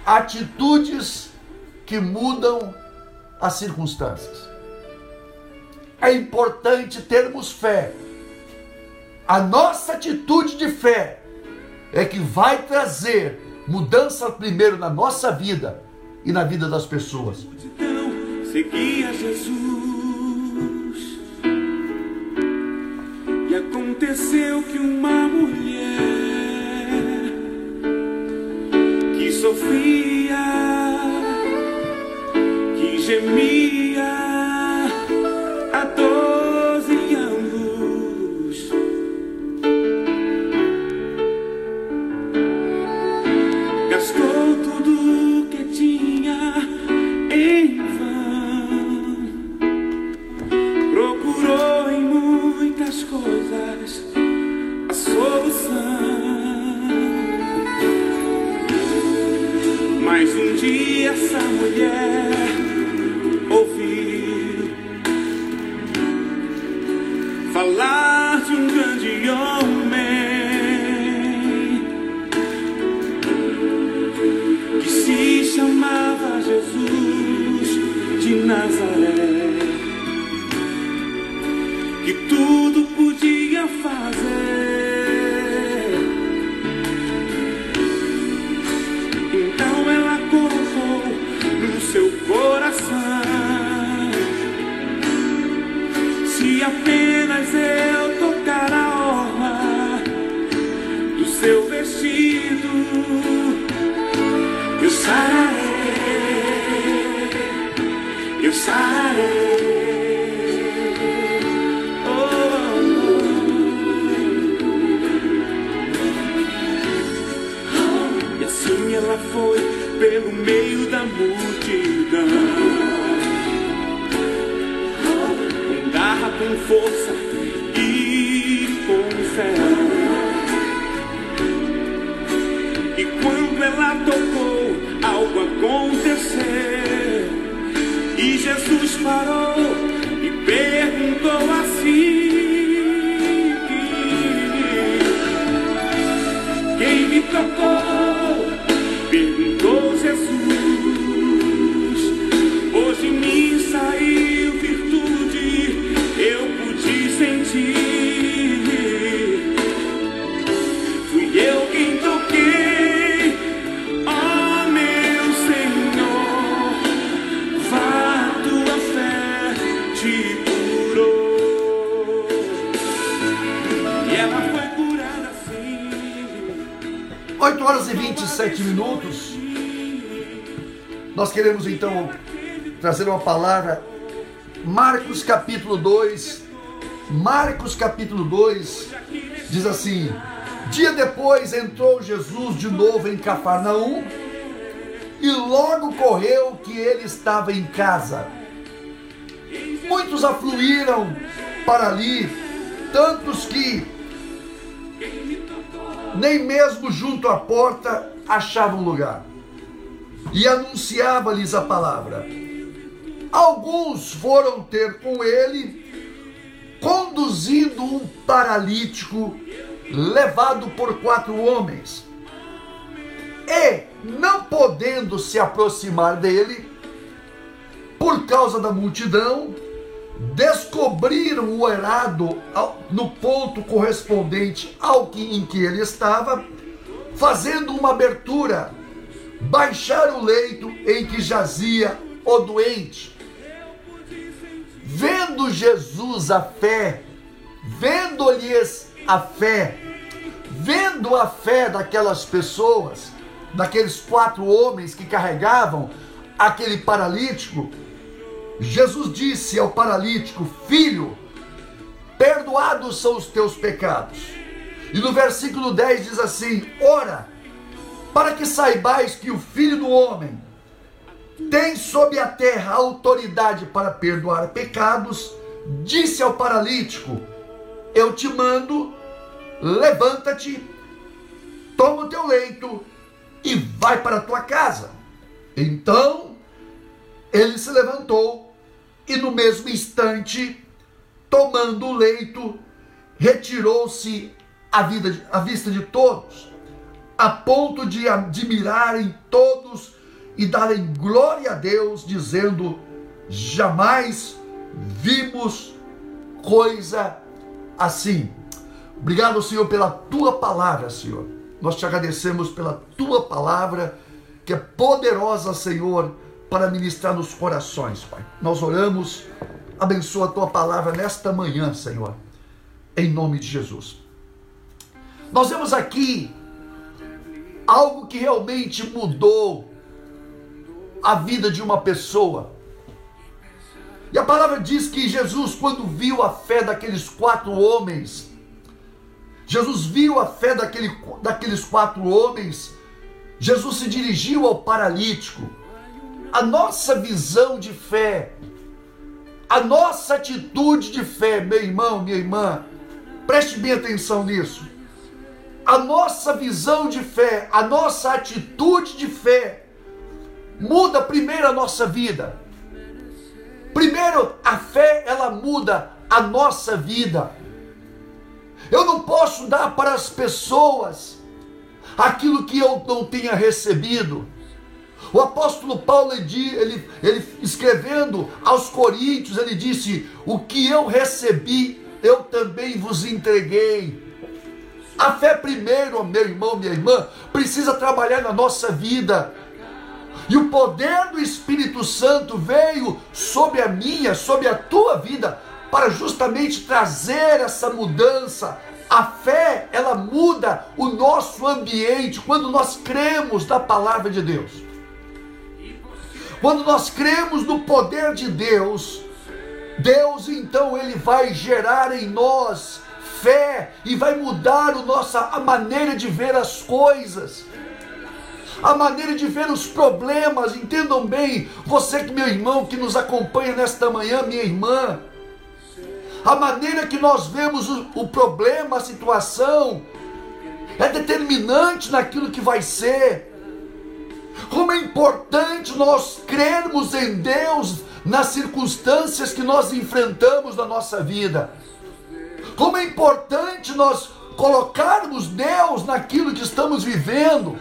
atitudes que mudam as circunstâncias. É importante termos fé. A nossa atitude de fé é que vai trazer mudança primeiro na nossa vida e na vida das pessoas. Seguia Jesus e aconteceu que uma mulher que sofria, que gemia há 12 anos, gastou tudo que tinha em vão, procurou em muitas coisas a solução, mas um dia essa mulher ouviu falar de um grande homem que se chamava Jesus de Nazaré, que tudo podia fazer. Então ela colocou no seu coração: se apenas eu tocar a orla do seu vestido, eu sararei, eu sararei. Oh, oh, oh. E assim ela foi pelo meio da multidão, com garra, com força e com fé. E quando ela tocou, algo aconteceu, e Jesus parou e perguntou assim: quem me tocou? Perguntou Jesus. Hoje me saiu virtude, eu pude sentir, fui eu quem toquei, ó meu Senhor, vá, tua fé te curou. E ela foi curada assim. 8 horas e 27 minutos. Nós queremos então trazer uma palavra. Marcos capítulo 2. Marcos capítulo 2 diz assim: dia depois entrou Jesus de novo em Cafarnaum, e logo correu que ele estava em casa. Muitos afluíram para ali, tantos que nem mesmo junto à porta achavam lugar. E anunciava-lhes a palavra. Alguns foram ter com ele, conduzindo um paralítico levado por 4 homens. E, não podendo se aproximar dele, por causa da multidão, descobriram o eirado no ponto correspondente em que ele estava, fazendo uma abertura, baixaram o leito em que jazia o doente. Vendo Jesus a fé, vendo-lhes a fé, vendo a fé daquelas pessoas, daqueles 4 homens que carregavam aquele paralítico, Jesus disse ao paralítico: filho, perdoados são os teus pecados. E no versículo 10 diz assim: ora, para que saibais que o Filho do Homem tem sob a terra autoridade para perdoar pecados, disse ao paralítico: eu te mando, levanta-te, toma o teu leito e vai para a tua casa. Então ele se levantou e no mesmo instante, tomando o leito, retirou-se à vista de todos, a ponto de admirarem todos e darem glória a Deus, dizendo: jamais vimos coisa assim. Obrigado, Senhor, pela tua palavra, Senhor. Nós te agradecemos pela tua palavra, que é poderosa, Senhor, para ministrar nos corações, Pai. Nós oramos, abençoa a tua palavra nesta manhã, Senhor, em nome de Jesus. Nós vemos aqui algo que realmente mudou a vida de uma pessoa. E a palavra diz que Jesus, quando viu a fé daqueles 4 homens, Jesus viu a fé daqueles 4 homens, Jesus se dirigiu ao paralítico. A nossa visão de fé, a nossa atitude de fé, meu irmão, minha irmã, preste bem atenção nisso. A nossa visão de fé, a nossa atitude de fé, muda primeiro a nossa vida. Primeiro, a fé, ela muda a nossa vida. Eu não posso dar para as pessoas aquilo que eu não tenha recebido. O apóstolo Paulo, ele escrevendo aos Coríntios, ele disse: o que eu recebi, eu também vos entreguei. A fé primeiro, meu irmão, minha irmã, precisa trabalhar na nossa vida. E o poder do Espírito Santo veio sobre a minha, sobre a tua vida, para justamente trazer essa mudança. A fé, ela muda o nosso ambiente quando nós cremos na palavra de Deus. Quando nós cremos no poder de Deus, Deus então ele vai gerar em nós fé e vai mudar a maneira de ver as coisas, a maneira de ver os problemas. Entendam bem, você que, meu irmão, que nos acompanha nesta manhã, minha irmã, a maneira que nós vemos o problema, a situação, é determinante naquilo que vai ser. Como é importante nós crermos em Deus nas circunstâncias que nós enfrentamos na nossa vida. Como é importante nós colocarmos Deus naquilo que estamos vivendo.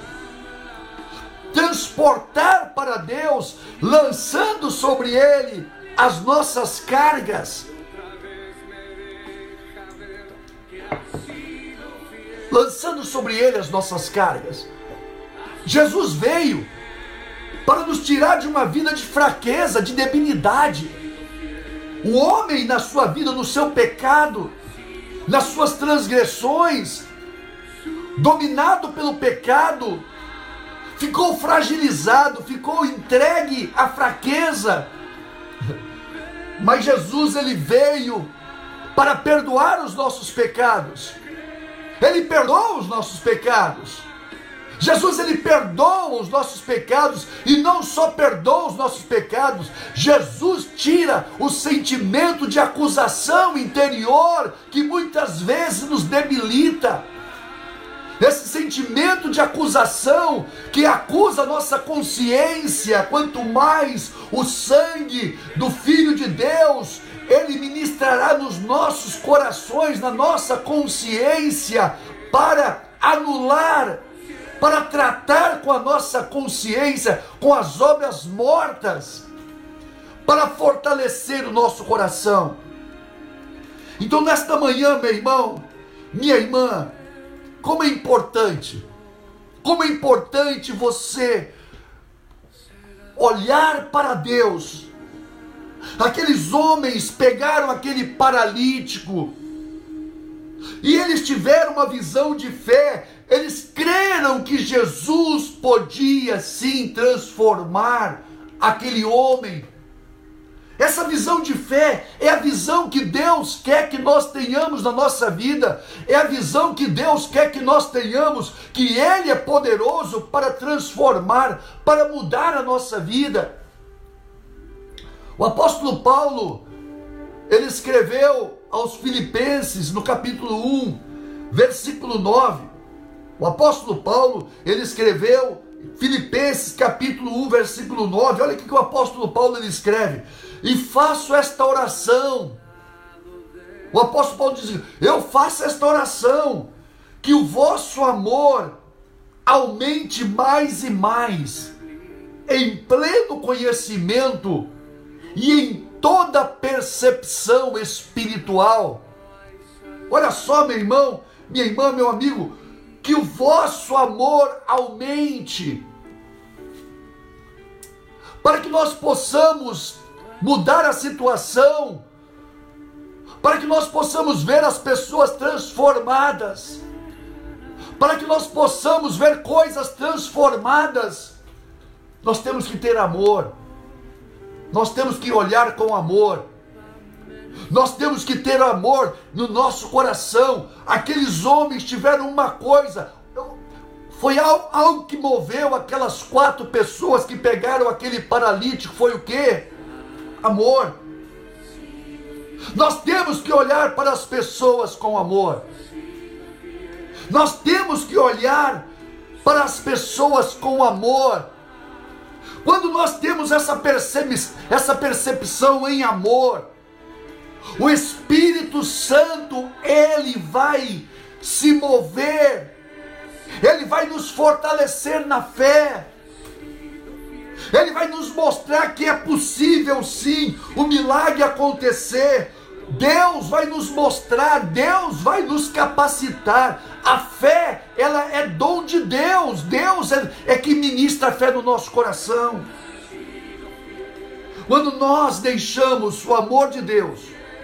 Transportar para Deus, lançando sobre Ele as nossas cargas. Lançando sobre Ele as nossas cargas. Jesus veio para nos tirar de uma vida de fraqueza, de debilidade. O homem na sua vida, no seu pecado, nas suas transgressões, dominado pelo pecado, ficou fragilizado, ficou entregue à fraqueza. Mas Jesus, ele veio para perdoar os nossos pecados. Ele perdoa os nossos pecados. Jesus, ele perdoa os nossos pecados, e não só perdoa os nossos pecados, Jesus tira o sentimento de acusação interior que muitas vezes nos debilita. Esse sentimento de acusação que acusa a nossa consciência, quanto mais o sangue do Filho de Deus, ele ministrará nos nossos corações, na nossa consciência, para anular, para tratar com a nossa consciência, com as obras mortas, para fortalecer o nosso coração. Então, nesta manhã, meu irmão, minha irmã, como é importante você olhar para Deus. Aqueles homens pegaram aquele paralítico e eles tiveram uma visão de fé. Eles creram que Jesus podia sim transformar aquele homem. Essa visão de fé é a visão que Deus quer que nós tenhamos na nossa vida. É a visão que Deus quer que nós tenhamos, que Ele é poderoso para transformar, para mudar a nossa vida. O apóstolo Paulo, ele escreveu aos Filipenses, no capítulo 1, versículo 9. O apóstolo Paulo, ele escreveu Filipenses capítulo 1, versículo 9. Olha o que o apóstolo Paulo ele escreve: e faço esta oração. O apóstolo Paulo diz: eu faço esta oração, que o vosso amor aumente mais e mais. em pleno conhecimento e em toda percepção espiritual. Olha só, meu irmão, minha irmã, meu amigo, que o vosso amor aumente, para que nós possamos mudar a situação, para que nós possamos ver as pessoas transformadas, para que nós possamos ver coisas transformadas. Nós temos que ter amor, nós temos que olhar com amor, nós temos que ter amor no nosso coração. Aqueles homens tiveram uma coisa, foi algo que moveu aquelas 4 pessoas que pegaram aquele paralítico, foi o quê? Amor. Nós temos que olhar para as pessoas com amor. Nós temos que olhar para as pessoas com amor. Quando nós temos essa percepção em amor, o Espírito Santo, ele vai se mover, ele vai nos fortalecer na fé, ele vai nos mostrar que é possível sim o milagre acontecer. Deus vai nos mostrar, Deus vai nos capacitar. A fé, ela é dom de Deus. Deus é que ministra a fé no nosso coração. Quando nós deixamos o amor de Deus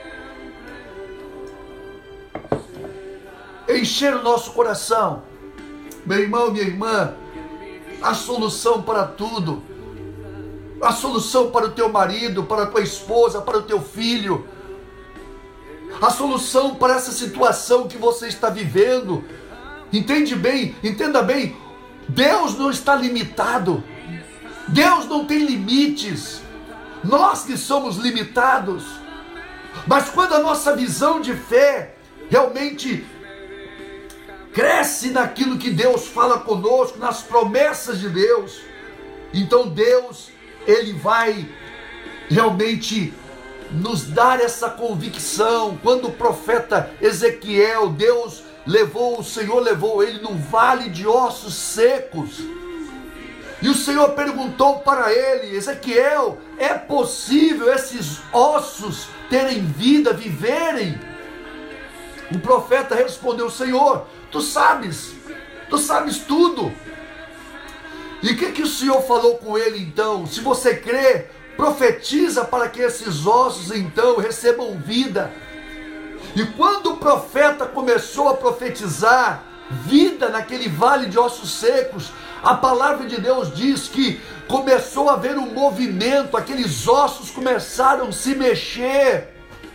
encher o nosso coração, meu irmão, minha irmã, a solução para tudo, a solução para o teu marido, para a tua esposa, para o teu filho, a solução para essa situação que você está vivendo, entenda bem, Deus não está limitado, Deus não tem limites, nós que somos limitados, mas quando a nossa visão de fé realmente cresce naquilo que Deus fala conosco, nas promessas de Deus, então Deus, ele vai realmente nos dar essa convicção. Quando o profeta Ezequiel, o Senhor levou ele num vale de ossos secos, e o Senhor perguntou para ele: Ezequiel, é possível esses ossos terem vida, viverem? O profeta respondeu: Senhor, tu sabes tudo. E o que o Senhor falou com ele então? Se você crê, profetiza para que esses ossos então recebam vida. E quando o profeta começou a profetizar vida naquele vale de ossos secos, a palavra de Deus diz que começou a haver um movimento, aqueles ossos começaram a se mexer.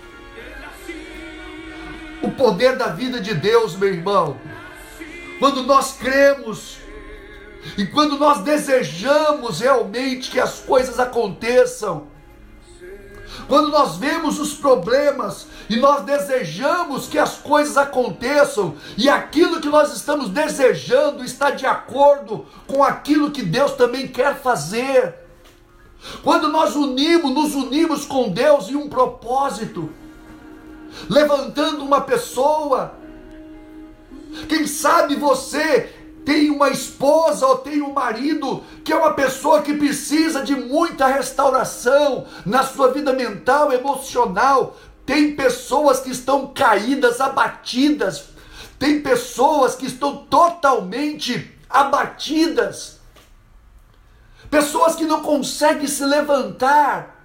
O poder da vida de Deus, meu irmão, quando nós cremos e quando nós desejamos realmente que as coisas aconteçam, quando nós vemos os problemas e nós desejamos que as coisas aconteçam, e aquilo que nós estamos desejando está de acordo com aquilo que Deus também quer fazer, quando nós nos unimos com Deus em um propósito, levantando uma pessoa, quem sabe você tem uma esposa ou tem um marido que é uma pessoa que precisa de muita restauração na sua vida mental, emocional. Tem pessoas que estão caídas, abatidas. Tem pessoas que estão totalmente abatidas. Pessoas que não conseguem se levantar.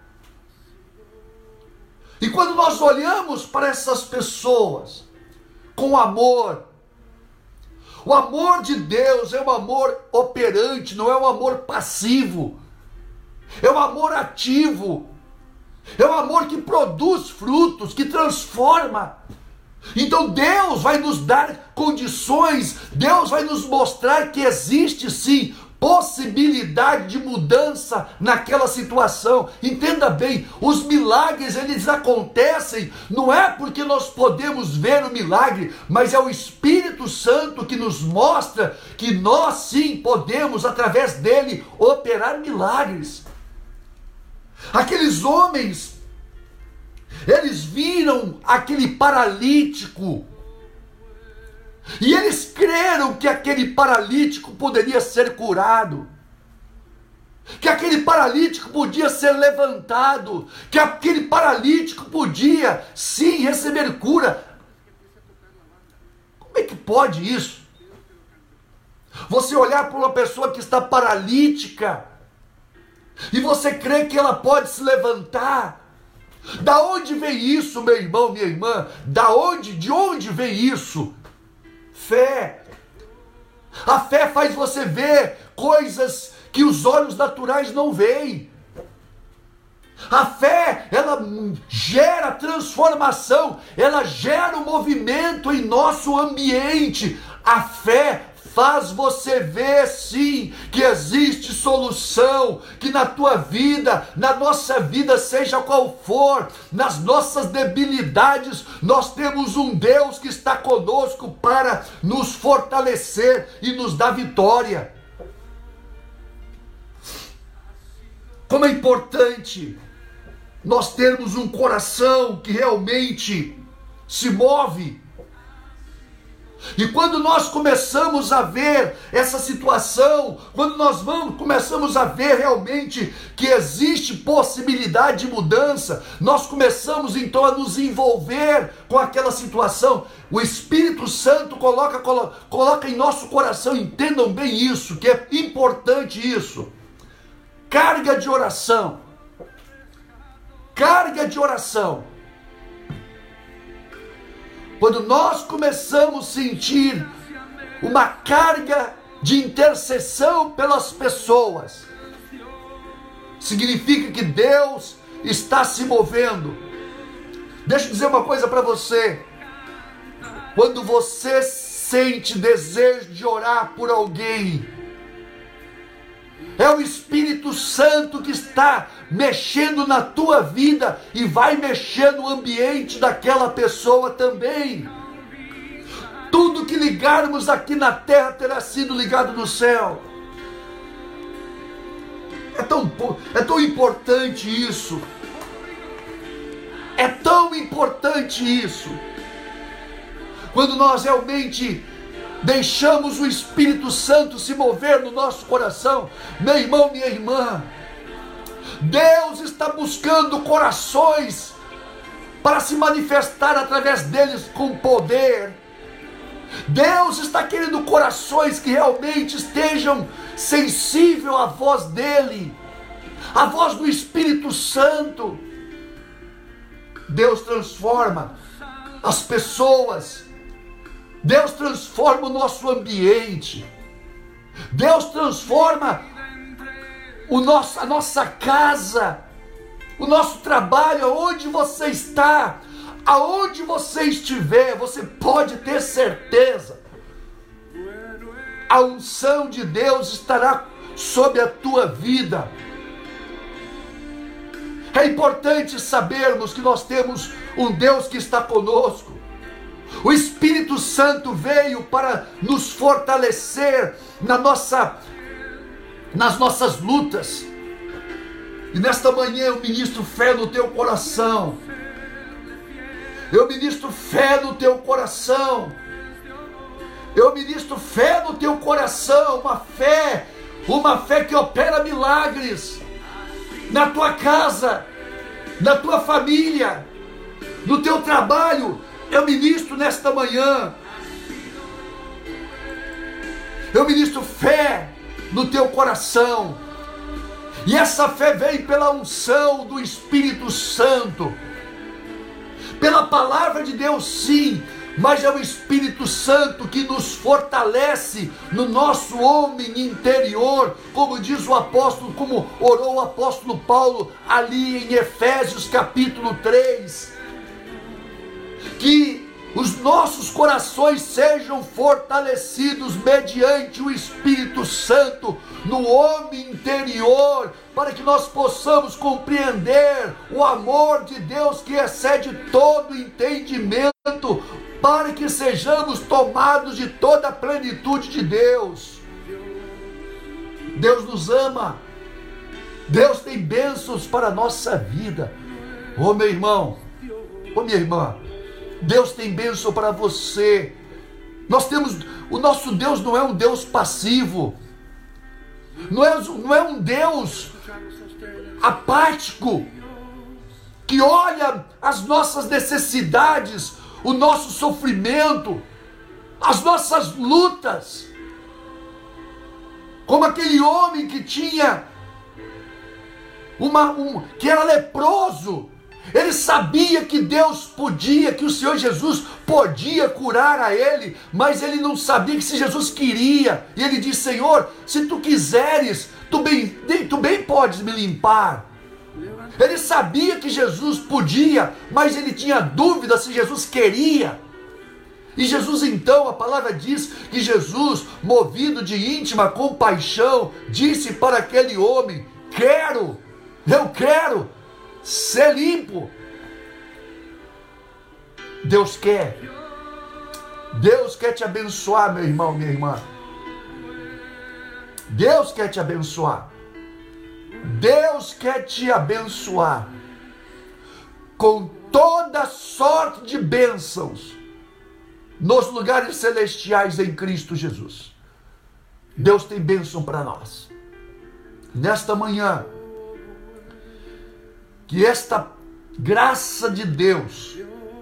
E quando nós olhamos para essas pessoas com amor, o amor de Deus é um amor operante, não é um amor passivo, é um amor ativo, é um amor que produz frutos, que transforma. Então Deus vai nos dar condições, Deus vai nos mostrar que existe sim possibilidade de mudança naquela situação. Entenda bem, os milagres eles acontecem, não é porque nós podemos ver o milagre, mas é o Espírito Santo que nos mostra que nós sim podemos, através dele, operar milagres. Aqueles homens, eles viram aquele paralítico, e eles creram que aquele paralítico poderia ser curado. que aquele paralítico podia ser levantado, que aquele paralítico podia sim receber cura. Como é que pode isso? Você olhar para uma pessoa que está paralítica e você crê que ela pode se levantar? Da onde vem isso, meu irmão, minha irmã? De onde vem isso? Fé. A fé faz você ver coisas que os olhos naturais não veem. A fé, ela gera transformação, ela gera um movimento em nosso ambiente. A fé faz você ver sim que existe solução, que na tua vida, na nossa vida, seja qual for, nas nossas debilidades, nós temos um Deus que está conosco para nos fortalecer e nos dar vitória. Como é importante nós termos um coração que realmente se move. E quando nós começamos a ver essa situação, quando nós começamos a ver realmente que existe possibilidade de mudança, nós começamos então a nos envolver com aquela situação. O Espírito Santo coloca em nosso coração, entendam bem isso, que é importante isso. Carga de oração. Carga de oração. Quando nós começamos a sentir uma carga de intercessão pelas pessoas, significa que Deus está se movendo. Deixa eu dizer uma coisa para você. Quando você sente desejo de orar por alguém, é o Espírito Santo que está mexendo na tua vida e vai mexer no ambiente daquela pessoa também. Tudo que ligarmos aqui na terra terá sido ligado no céu. É tão importante isso. É tão importante isso. Quando nós realmente deixamos o Espírito Santo se mover no nosso coração, meu irmão, minha irmã, Deus está buscando corações para se manifestar através deles com poder. Deus está querendo corações que realmente estejam sensíveis à voz dele, à voz do Espírito Santo. Deus transforma as pessoas. Deus transforma o nosso ambiente. Deus transforma a nossa casa, o nosso trabalho, aonde você está, aonde você estiver, você pode ter certeza. A unção de Deus estará sobre a tua vida. É importante sabermos que nós temos um Deus que está conosco. O Espírito Santo veio para nos fortalecer nas nossas lutas. E nesta manhã eu ministro fé no teu coração. Eu ministro fé no teu coração. Eu ministro fé no teu coração. Uma fé que opera milagres na tua casa, na tua família, no teu trabalho. Eu ministro nesta manhã. Eu ministro fé no teu coração. E essa fé vem pela unção do Espírito Santo. Pela palavra de Deus, sim. Mas é o Espírito Santo que nos fortalece no nosso homem interior. Como diz o apóstolo, como orou o apóstolo Paulo ali em Efésios capítulo 3. Que os nossos corações sejam fortalecidos mediante o Espírito Santo no homem interior, para que nós possamos compreender o amor de Deus que excede todo entendimento, para que sejamos tomados de toda a plenitude de Deus. Deus nos ama. Deus tem bênçãos para a nossa vida. Ô meu irmão, ô minha irmã, Deus tem bênção para você. O nosso Deus não é um Deus passivo. Não é um Deus apático, que olha as nossas necessidades, o nosso sofrimento, as nossas lutas, como aquele homem que tinha que era leproso. Ele sabia que Deus podia, que o Senhor Jesus podia curar a ele, mas ele não sabia que se Jesus queria. E ele disse: Senhor, se tu quiseres, tu bem podes me limpar. Ele sabia que Jesus podia, mas ele tinha dúvida se Jesus queria. E Jesus, então, a palavra diz que Jesus, movido de íntima compaixão, disse para aquele homem: eu quero ser limpo. Deus quer te abençoar, meu irmão, minha irmã. Deus quer te abençoar. Deus quer te abençoar com toda sorte de bênçãos nos lugares celestiais em Cristo Jesus. Deus tem bênção para nós. Nesta manhã, que esta graça de Deus,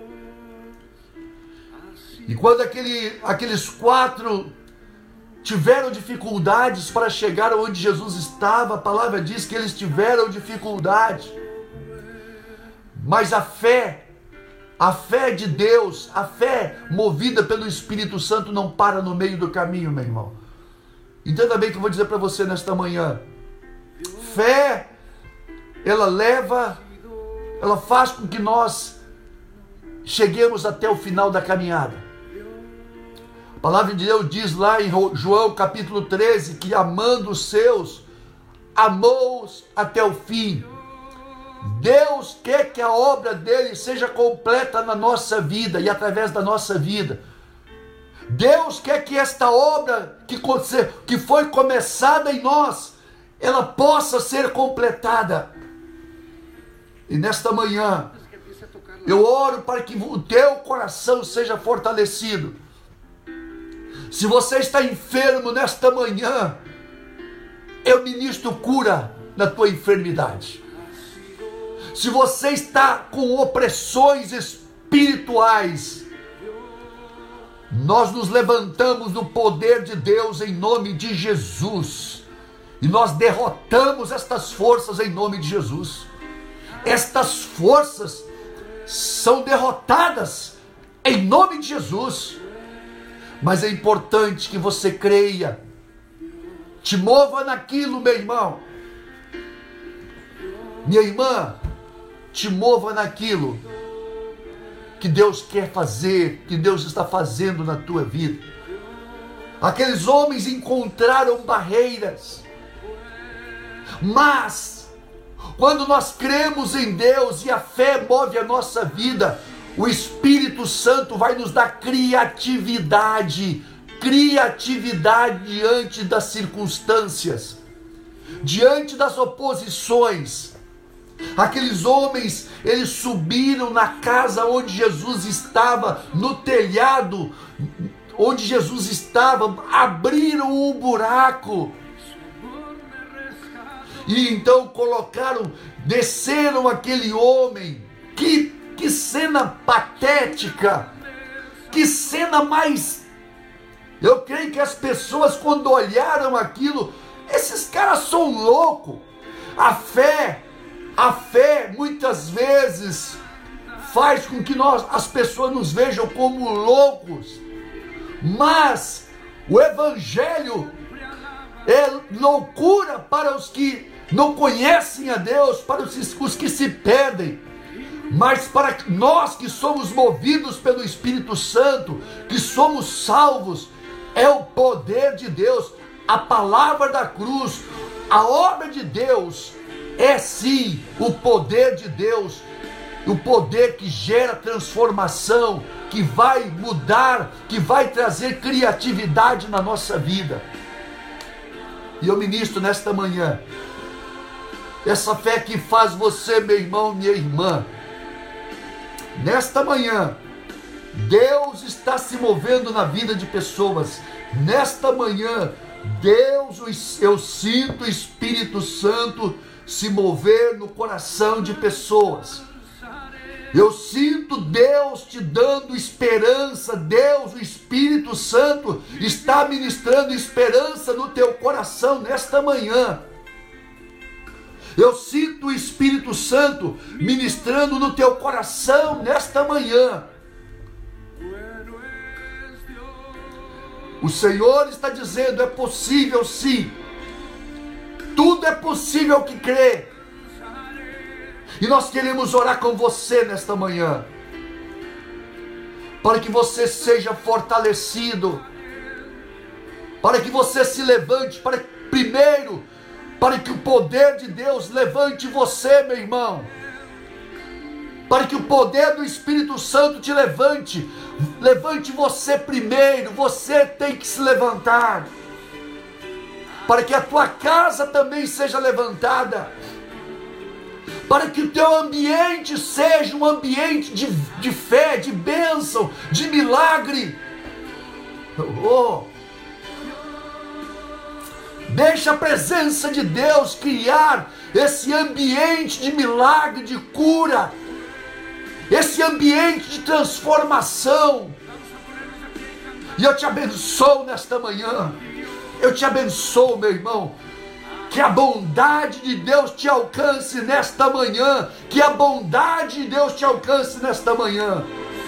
e quando aqueles 4 tiveram dificuldades para chegar onde Jesus estava, a palavra diz que eles tiveram dificuldade, mas a fé de Deus, a fé movida pelo Espírito Santo não para no meio do caminho, meu irmão. Entenda bem o que eu vou dizer para você nesta manhã. Fé, ela faz com que nós cheguemos até o final da caminhada. A palavra de Deus diz lá em João capítulo 13, que amando os seus, amou-os até o fim. Deus quer que a obra dele seja completa na nossa vida e através da nossa vida. Deus quer que esta obra que foi começada em nós, ela possa ser completada. E nesta manhã, eu oro para que o teu coração seja fortalecido. Se você está enfermo nesta manhã, eu ministro cura na tua enfermidade. Se você está com opressões espirituais, nós nos levantamos no poder de Deus em nome de Jesus. E nós derrotamos estas forças em nome de Jesus. Estas forças são derrotadas em nome de Jesus. Mas é importante que você creia. Te mova naquilo, meu irmão. Minha irmã, te mova naquilo que Deus quer fazer, que Deus está fazendo na tua vida. Aqueles homens encontraram barreiras, mas quando nós cremos em Deus e a fé move a nossa vida, o Espírito Santo vai nos dar criatividade diante das circunstâncias, diante das oposições. Aqueles homens, eles subiram na casa onde Jesus estava, no telhado onde Jesus estava, abriram um buraco e então desceram aquele homem. Que cena patética, que cena mais... Eu creio que as pessoas, quando olharam aquilo, esses caras são loucos. A fé muitas vezes faz com que as pessoas nos vejam como loucos, mas o Evangelho é loucura para os que não conhecem a Deus, para os que se perdem. Mas para nós que somos movidos pelo Espírito Santo, que somos salvos, é o poder de Deus, a palavra da cruz, a obra de Deus, é sim o poder de Deus, o poder que gera transformação, que vai mudar, que vai trazer criatividade na nossa vida. E eu ministro nesta manhã, essa fé que faz você, meu irmão, minha irmã. Nesta manhã, Deus está se movendo na vida de pessoas. Nesta manhã, Deus, eu sinto o Espírito Santo se mover no coração de pessoas. Eu sinto Deus te dando esperança. Deus, o Espírito Santo, está ministrando esperança no teu coração nesta manhã. Eu sinto o Espírito Santo ministrando no teu coração nesta manhã. O Senhor está dizendo, é possível sim. Tudo é possível que crê. E nós queremos orar com você nesta manhã, para que você seja fortalecido, para que você se levante, para que o poder de Deus levante você, meu irmão, para que o poder do Espírito Santo te levante você primeiro. Você tem que se levantar, para que a tua casa também seja levantada, para que o teu ambiente seja um ambiente de fé, de bênção, de milagre. Deixa a presença de Deus criar esse ambiente de milagre, de cura, esse ambiente de transformação. E eu te abençoo nesta manhã. Eu te abençoo, meu irmão. Que a bondade de Deus te alcance nesta manhã. Que a bondade de Deus te alcance nesta manhã.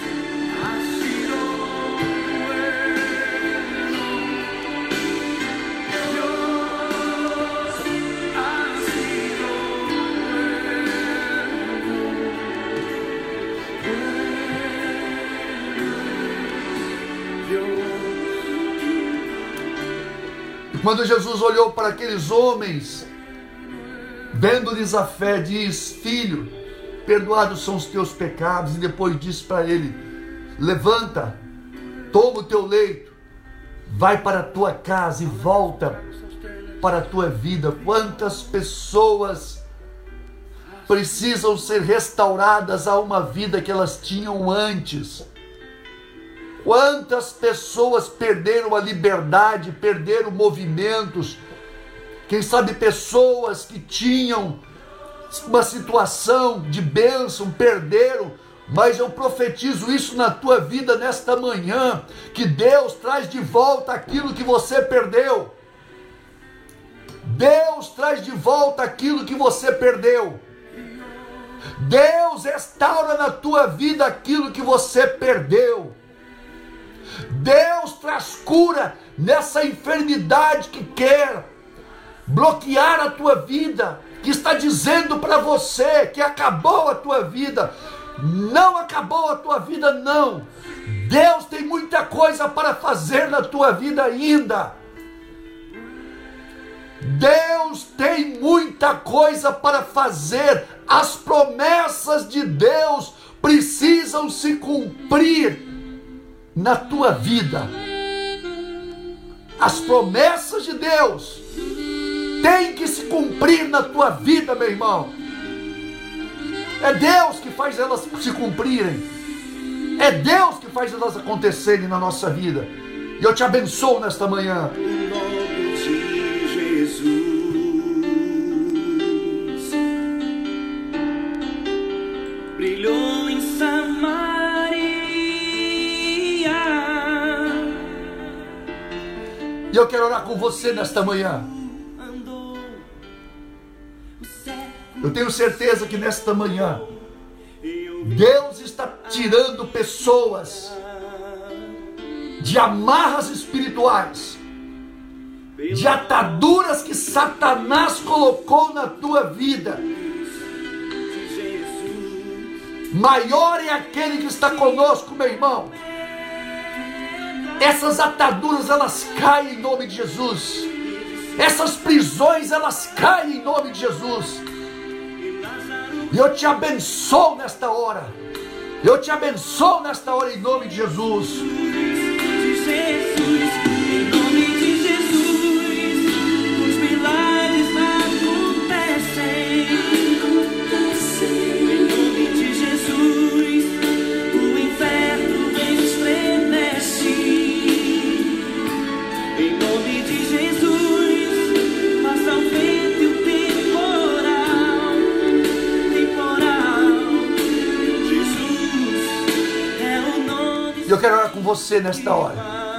Quando Jesus olhou para aqueles homens, vendo-lhes a fé, diz: filho, perdoados são os teus pecados. E depois disse para ele: levanta, toma o teu leito, vai para a tua casa e volta para a tua vida. Quantas pessoas precisam ser restauradas a uma vida que elas tinham antes? Quantas pessoas perderam a liberdade, perderam movimentos? Quem sabe pessoas que tinham uma situação de bênção, perderam. Mas eu profetizo isso na tua vida nesta manhã, que Deus traz de volta aquilo que você perdeu. Deus traz de volta aquilo que você perdeu. Deus restaura na tua vida aquilo que você perdeu. Deus traz cura nessa enfermidade que quer bloquear a tua vida, que está dizendo para você que acabou a tua vida. Não acabou a tua vida, não. Deus tem muita coisa para fazer na tua vida ainda. Deus tem muita coisa para fazer. As promessas de Deus precisam se cumprir na tua vida. As promessas de Deus têm que se cumprir na tua vida, meu irmão. É Deus que faz elas se cumprirem. É Deus que faz elas acontecerem na nossa vida. E eu te abençoo nesta manhã. O nome de Jesus brilhou em Samaria. E eu quero orar com você nesta manhã. Eu tenho certeza que nesta manhã Deus está tirando pessoas de amarras espirituais, de ataduras que Satanás colocou na tua vida. Maior é aquele que está conosco, meu irmão. Essas ataduras, elas caem em nome de Jesus. Essas prisões, elas caem em nome de Jesus. E eu te abençoo nesta hora. Eu te abençoo nesta hora em nome de Jesus. Em nome de Jesus, os milagres acontecem. Em nome de Jesus, o inferno estremece. Em nome de Jesus. eu quero orar com você nesta hora.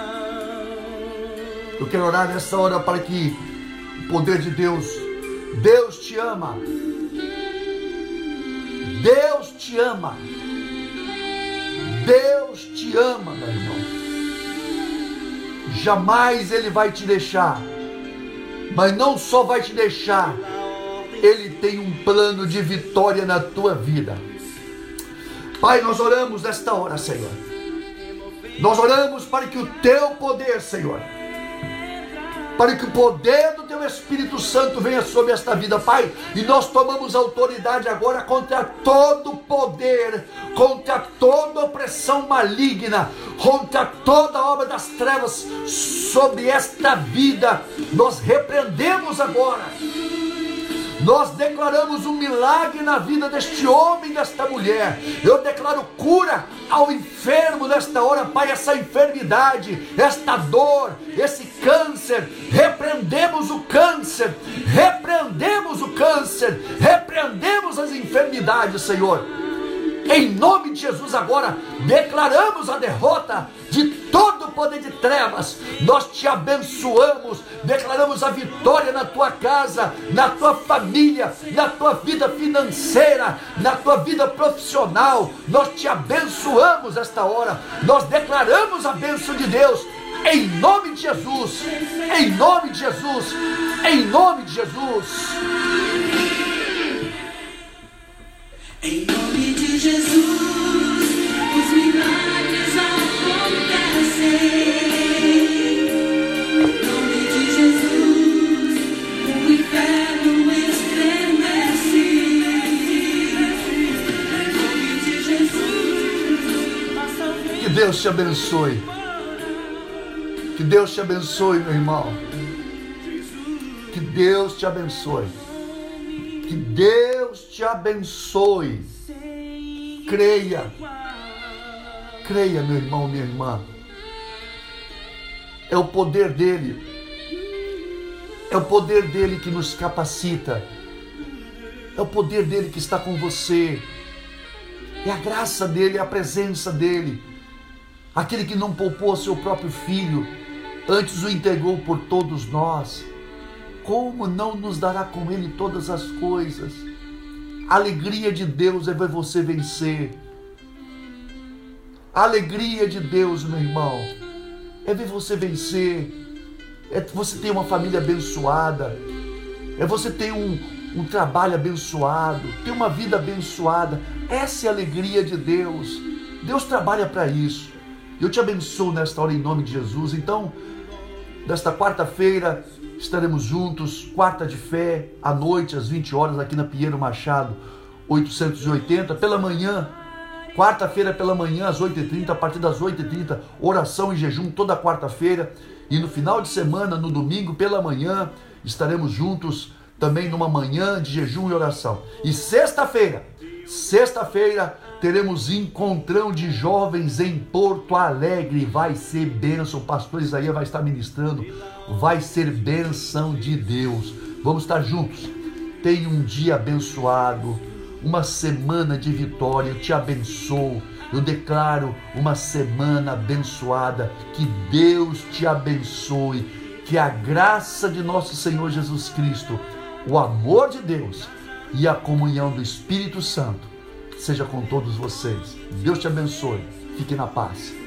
Eu quero orar nesta hora para que o poder de Deus te ama. Deus te ama. Deus te ama, meu irmão. Jamais Ele vai te deixar. Mas não só vai te deixar, Ele tem um plano de vitória na tua vida. Pai, nós oramos nesta hora, Senhor. Nós oramos para que o Teu poder, Senhor, para que o poder do Teu Espírito Santo venha sobre esta vida, Pai. E nós tomamos autoridade agora contra todo poder, contra toda opressão maligna, contra toda obra das trevas sobre esta vida. Nós repreendemos agora. Nós declaramos um milagre na vida deste homem e desta mulher. Eu declaro cura ao enfermo nesta hora, Pai. Essa enfermidade, esta dor, esse câncer, repreendemos o câncer, repreendemos o câncer, repreendemos as enfermidades, Senhor. Em nome de Jesus agora, declaramos a derrota de todo o poder de trevas. Nós te abençoamos, declaramos a vitória na tua casa, na tua família, na tua vida financeira, na tua vida profissional. Nós te abençoamos esta hora. Nós declaramos a bênção de Deus. Em nome de Jesus, em nome de Jesus, em nome de Jesus. Em nome de Jesus, os milagres acontecem. Em nome de Jesus, o inferno estremece. Em nome de Jesus, que Deus te abençoe. Que Deus te abençoe, meu irmão. Que Deus te abençoe. Que Deus te abençoe. Creia. Creia, meu irmão, minha irmã. É o poder dele. É o poder dele que nos capacita. É o poder dele que está com você. É a graça dele, é a presença dele. Aquele que não poupou seu próprio filho, antes o entregou por todos nós. Como não nos dará com Ele todas as coisas? A alegria de Deus é ver você vencer. A alegria de Deus, meu irmão, é ver você vencer. É você ter uma família abençoada. É você ter um trabalho abençoado. Ter uma vida abençoada. Essa é a alegria de Deus. Deus trabalha para isso. Eu te abençoo nesta hora em nome de Jesus. Então, nesta quarta-feira, estaremos juntos, quarta de fé, à noite, às 20 horas, aqui na Pinheiro Machado, 880, pela manhã, quarta-feira pela manhã, às 8h30, a partir das 8h30, oração e jejum toda quarta-feira, e no final de semana, no domingo, pela manhã, estaremos juntos, também numa manhã de jejum e oração. E sexta-feira, teremos encontrão de jovens em Porto Alegre. Vai ser bênção, o pastor Isaías vai estar ministrando. Vai ser bênção de Deus. Vamos estar juntos. Tenha um dia abençoado, uma semana de vitória. Eu te abençoo. Eu declaro uma semana abençoada. Que Deus te abençoe. Que a graça de nosso Senhor Jesus Cristo, o amor de Deus e a comunhão do Espírito Santo seja com todos vocês. Deus te abençoe. Fique na paz.